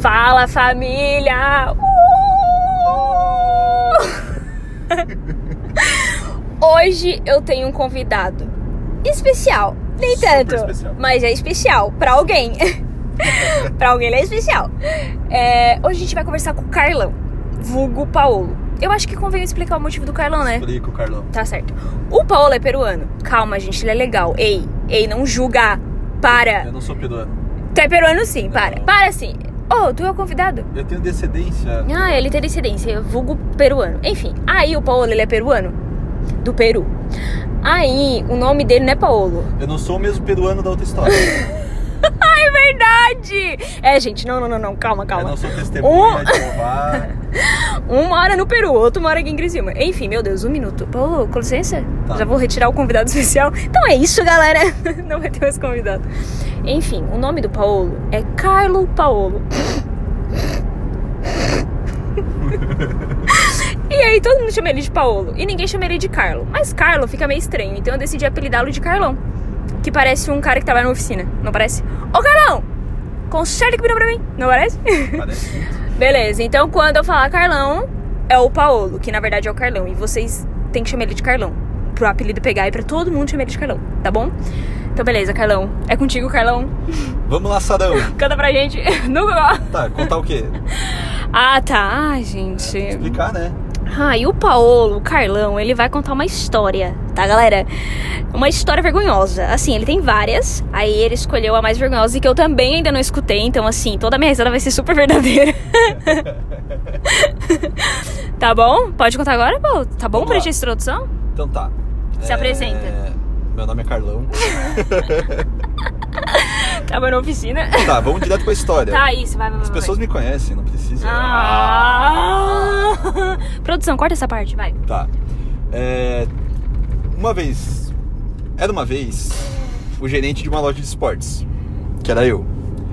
Fala, família! Hoje eu tenho um convidado especial. Nem tanto, especial. Mas é especial pra alguém. Pra alguém ele é especial. Hoje a gente vai conversar com o Carlão, vulgo Paolo. Eu acho que convém explicar o motivo do Carlão, né? Explica o Carlão. Tá certo. O Paolo é peruano. Calma, gente, ele é legal. Ei, não julga. Para. Eu não sou peruano. Tu é peruano sim, para. Não. Para sim. Oh, tu é o convidado? Eu tenho descendência. Ah, ele tem descendência, vulgo peruano. Enfim, aí o Paolo, ele é peruano. Do Peru. Aí, o nome dele não é Paolo. Eu não sou o mesmo peruano da outra história. Ai, verdade! Gente, não, calma. Eu não sou testemunha de Jeová. Um mora no Peru, outro mora aqui em Criciúma. Enfim, meu Deus, 1 minuto. Paulo, com licença? Tá. Já vou retirar o convidado especial. Então é isso, galera. Não vai ter mais convidado. Enfim, o nome do Paolo é Carlo Paolo. E aí todo mundo chama ele de Paolo e ninguém chama ele de Carlo. Mas Carlo fica meio estranho, então eu decidi apelidá-lo de Carlão. Que parece um cara que trabalha na oficina, não parece? Ô Carlão, conserta que virou pra mim, não parece? Parece muito. Beleza, então quando eu falar Carlão, é o Paolo, que na verdade é o Carlão. E vocês têm que chamar ele de Carlão, pro apelido pegar e pra todo mundo chamar ele de Carlão, tá bom? Então beleza, Carlão, é contigo, Carlão. Vamos lá, Sadão. Canta pra gente no Google. Tá, contar o quê? Ah, tá, ai gente. Explicar, né? E o Paolo, o Carlão, ele vai contar uma história, tá, galera? Uma história vergonhosa. Assim, ele tem várias. Aí ele escolheu a mais vergonhosa e que eu também ainda não escutei. Então, assim, toda a minha risada vai ser super verdadeira. Tá bom? Pode contar agora, Paulo? Tá bom pra gente essa introdução? Então tá. Se apresenta. Meu nome é Carlão. Tava na oficina. Tá, vamos direto pra história. Tá, isso, vai. As pessoas me conhecem, não precisa. Produção, corta essa parte, vai. Tá. Era uma vez o gerente de uma loja de esportes, que era eu.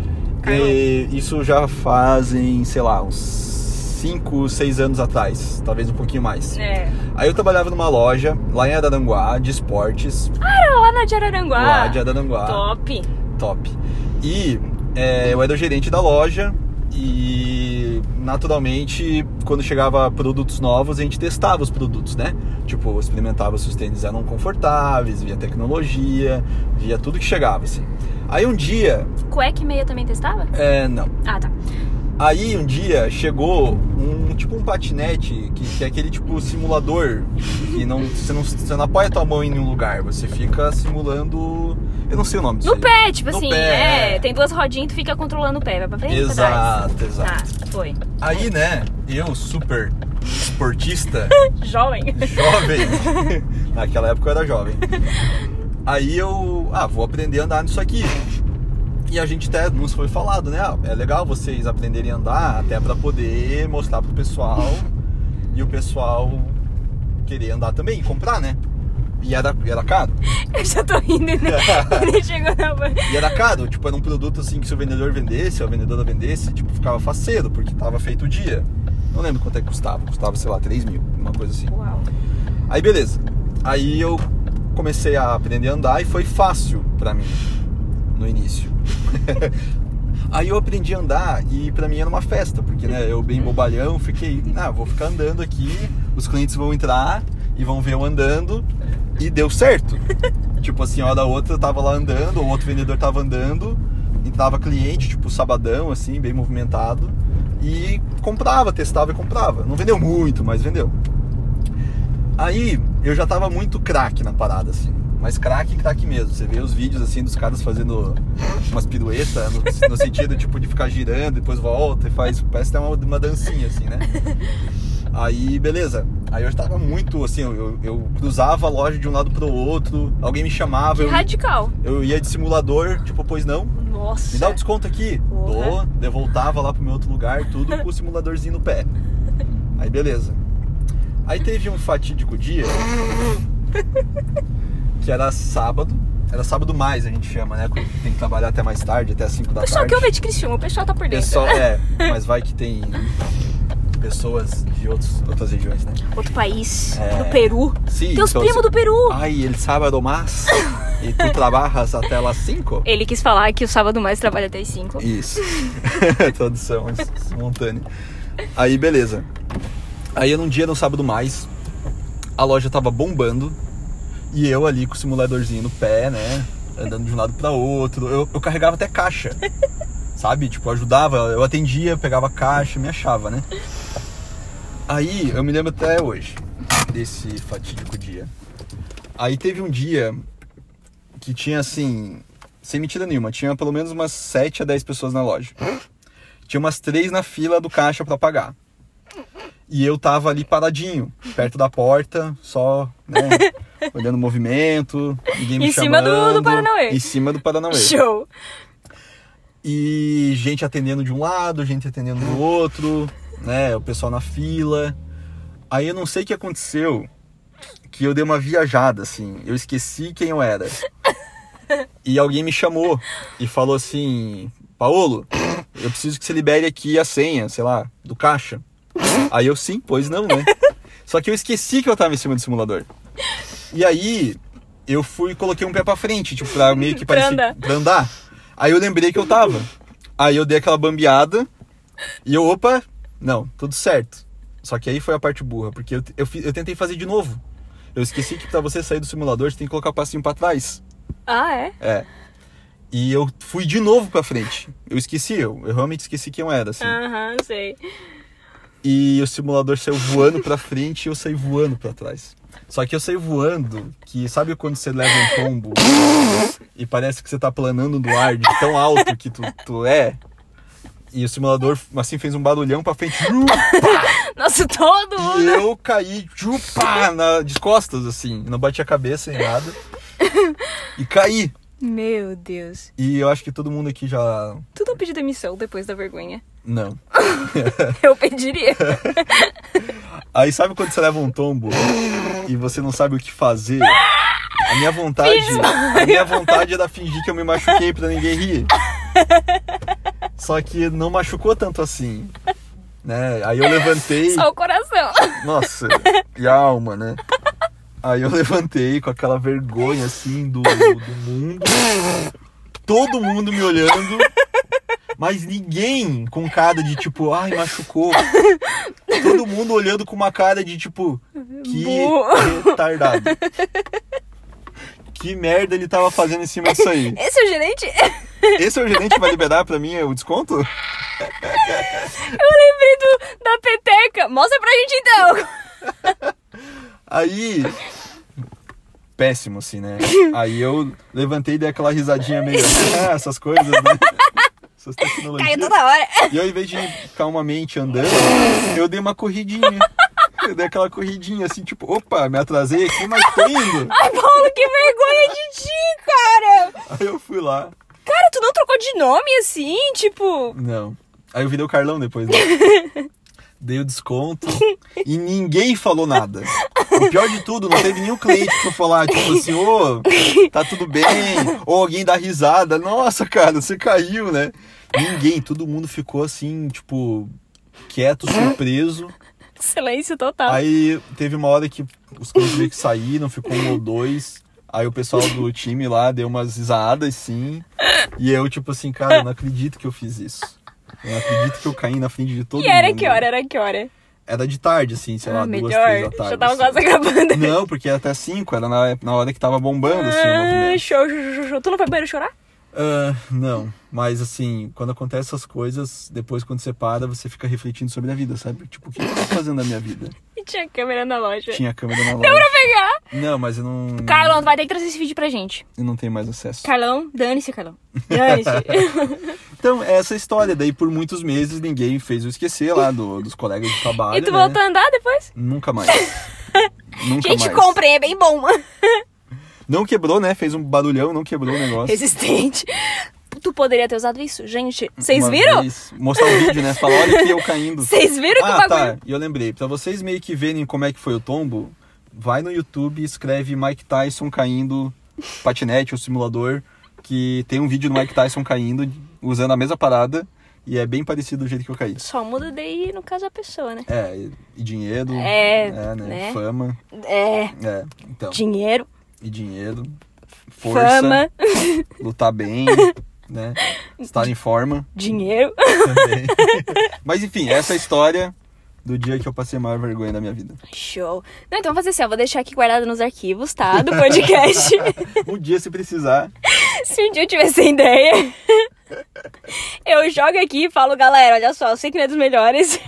E isso já fazem, sei lá, uns 5, 6 anos atrás, talvez um pouquinho mais. Aí eu trabalhava numa loja lá em Araranguá, de esportes. Era lá de Araranguá. Lá de Araranguá. Top. E eu era o gerente da loja e, naturalmente, quando chegava produtos novos, a gente testava os produtos, né? Tipo, experimentava se os tênis eram confortáveis, via tecnologia, via tudo que chegava, assim. Aí um dia... Cueca e meia também testava? Não. Ah, tá. Aí um dia chegou um patinete que é aquele tipo simulador que você não apoia a tua mão em nenhum lugar, você fica simulando, eu não sei o nome disso. No pé, tipo no assim, pé, tem 2 rodinhas e tu fica controlando o pé, vai pra frente, exato, pra trás. exato. Tá, foi. Aí, né, eu super esportista, Jovem, naquela época eu era jovem. Aí eu, vou aprender a andar nisso aqui. E a gente até nos foi falado, né? É legal vocês aprenderem a andar até pra poder mostrar pro pessoal e o pessoal querer andar também, comprar, né? E era caro. Eu já tô rindo, né? Ele chegou na... E era caro, tipo, era um produto assim que se o vendedor vendesse, ou a vendedora vendesse, tipo, ficava faceiro, porque tava feito o dia. Não lembro quanto é que custava, sei lá, 3 mil, uma coisa assim. Uau. Aí beleza. Aí eu comecei a aprender a andar e foi fácil pra mim no início. Aí eu aprendi a andar e pra mim era uma festa, porque, né, eu bem bobalhão, fiquei, vou ficar andando aqui, os clientes vão entrar e vão ver eu andando, e deu certo. Tipo assim, uma hora da outra eu tava lá andando, o outro vendedor tava andando, entrava cliente, tipo sabadão, assim, bem movimentado, e comprava, testava e comprava. Não vendeu muito, mas vendeu. Aí eu já tava muito craque na parada, assim. Mas craque mesmo. Você vê os vídeos assim dos caras fazendo umas piruetas no sentido tipo de ficar girando, depois volta e faz, parece que é uma dancinha assim, né? Aí beleza. Aí eu tava muito assim, eu cruzava a loja de um lado pro outro, alguém me chamava. Radical. Eu ia de simulador, tipo, pois não. Nossa. Me dá o desconto aqui. Voltava lá pro meu outro lugar, tudo com o simuladorzinho no pé. Aí beleza. Aí teve um fatídico dia que era sábado mais, a gente chama, né? Tem que trabalhar até mais tarde, até 5 da tarde. Pessoal que ouve de Criciúma, o pessoal tá por dentro. Mas vai que tem pessoas de outras regiões, né? Outro país, do Peru. Sim, Tem os primos do Peru. Ai, el sábado mais. E tu trabalhas até as 5? Ele quis falar que o sábado mais trabalha até as 5. Isso. Tradução simultânea. Aí, beleza. Aí, num dia, no sábado mais, a loja tava bombando. E eu ali com o simuladorzinho no pé, né? Andando de um lado pra outro. Eu carregava até caixa. Sabe? Tipo, eu ajudava. Eu atendia, pegava caixa, me achava, né? Aí, eu me lembro até hoje desse fatídico dia. Aí teve um dia que tinha, assim, sem mentira nenhuma, tinha pelo menos umas 7 a 10 pessoas na loja. Tinha umas 3 na fila do caixa pra pagar. E eu tava ali paradinho, perto da porta, só, né, olhando o movimento, ninguém me chamando. Em cima do Paranauê. Em cima do Paranauê. Show! E gente atendendo de um lado, gente atendendo do outro, né, o pessoal na fila. Aí eu não sei o que aconteceu, que eu dei uma viajada, assim, eu esqueci quem eu era. E alguém me chamou e falou assim: Paolo, eu preciso que você libere aqui a senha, sei lá, do caixa. Aí eu, sim, pois não, né? Só que eu esqueci que eu tava em cima do simulador. E aí, eu fui e coloquei um pé pra frente, tipo, pra meio que parecer... Pra andar. Aí eu lembrei que eu tava. Aí eu dei aquela bambeada. E eu, opa, não, tudo certo. Só que aí foi a parte burra, porque eu tentei fazer de novo. Eu esqueci que pra você sair do simulador, você tem que colocar o passinho pra trás. Ah, é? É. E eu fui de novo pra frente. Eu esqueci, eu realmente esqueci quem eu era, assim. Aham, sei. E o simulador saiu voando pra frente e eu saí voando pra trás. Só que eu saí voando, que sabe quando você leva um tombo e parece que você tá planando no ar de tão alto que tu é? E o simulador, assim, fez um barulhão pra frente. Nossa, todo mundo! E eu caí, de costas, assim. Não bati a cabeça nem nada. E caí. Meu Deus. E eu acho que todo mundo aqui já... Tu não pediu demissão depois da vergonha? Não. Eu pediria. Aí sabe quando você leva um tombo e você não sabe o que fazer? A minha vontade era fingir que eu me machuquei pra ninguém rir. Só que não machucou tanto assim, né? Aí eu levantei... Só o coração. Nossa, e a alma, né? Aí eu levantei com aquela vergonha, assim, do mundo. Todo mundo me olhando. Mas ninguém com cara de tipo, ai, machucou. Todo mundo olhando com uma cara de tipo, que retardado. Que merda ele tava fazendo em cima disso aí. Esse é o gerente? Esse é o gerente que vai liberar pra mim o desconto? Eu lembrei da peteca. Mostra pra gente então. Aí... Péssimo, assim, né? Aí eu levantei e dei aquela risadinha meio... essas coisas, né? Essas tecnologias. Caiu toda hora. E eu, ao invés de calmamente andando, eu dei uma corridinha. Eu dei aquela corridinha, assim, tipo... Opa, me atrasei aqui, mas tô indo. Ai, Paulo, que vergonha de ti, cara. Aí eu fui lá. Cara, tu não trocou de nome assim? Tipo... Não. Aí eu virei o Carlão depois, né? Dei o desconto e ninguém falou nada. O pior de tudo, não teve nenhum cliente pra falar, tipo assim, ô, tá tudo bem? Ou alguém dá risada. Nossa, cara, você caiu, né? Ninguém, todo mundo ficou assim, tipo, quieto, surpreso. Silêncio total. Aí teve uma hora que os clientes meio que saíram, ficou um ou dois. Aí o pessoal do time lá deu umas risadas, sim. E eu, tipo assim, cara, eu não acredito que eu fiz isso. Eu não acredito que eu caí na frente de todo mundo. E era que hora? Era que hora? Era de tarde, assim, sei lá, 2, 3 da tarde. Já tava assim. quase acabando. Não, porque era até 5, era na hora que tava bombando, assim, o movimento. Show. Tu não foi pro banheiro chorar? Não, mas assim, quando acontecem essas coisas, depois quando você para, você fica refletindo sobre a vida, sabe? Tipo, o que eu tô fazendo na minha vida? E tinha câmera na loja. Tinha câmera na loja. Deu pra pegar? Não, mas eu não... Carlão, tu vai ter que trazer esse vídeo pra gente. Eu não tenho mais acesso. Carlão, dane-se, Carlão. Dane-se. Então, essa história, daí por muitos meses ninguém fez eu esquecer lá dos colegas de trabalho, E tu né? voltou a andar depois? Nunca mais. Nunca Gente, mais. comprem, é bem bom. Não quebrou, né? Fez um barulhão, não quebrou o negócio. Resistente. Tu poderia ter usado isso. Gente, vocês Uma viram? vez, mostrar o vídeo, né? Falar, olha aqui eu caindo. Vocês viram que o bagulho... tá. E eu lembrei. Pra vocês meio que verem como é que foi o tombo, vai no YouTube e escreve Mike Tyson caindo, patinete ou simulador, que tem um vídeo do Mike Tyson caindo, usando a mesma parada, e é bem parecido do jeito que eu caí. Só muda daí, no caso, a pessoa, né? E dinheiro, né? fama. É, Então. dinheiro. E dinheiro, força, fama, lutar bem, né? Estar em forma dinheiro. também. Mas enfim, essa é a história do dia que eu passei a maior vergonha da minha vida. Show. Não, então vou fazer assim, eu vou deixar aqui guardado nos arquivos, tá? Do podcast. Um dia, se precisar. Se um dia eu tiver sem ideia, eu jogo aqui e falo, galera, olha só, eu sei que não é dos melhores.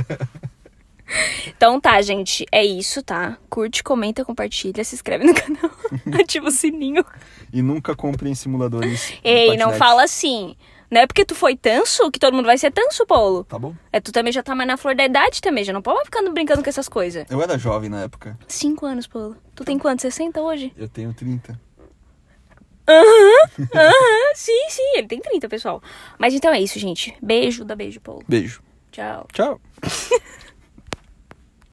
Então tá, gente, é isso, tá? Curte, comenta, compartilha, se inscreve no canal, ativa o sininho. E nunca compre em simuladores de Ei, não patinete. fala assim. Não é porque tu foi tanso que todo mundo vai ser tanso, Paulo. Tá bom? É, tu também já tá mais na flor da idade também, já não pode ficando brincando com essas coisas. Eu era jovem na época. 5 anos, Paulo. Tu tem quanto? 60 hoje? Eu tenho 30. Sim, ele tem 30, pessoal. Mas então é isso, gente. Beijo, dá beijo, Paulo. Beijo. Tchau. Tchau.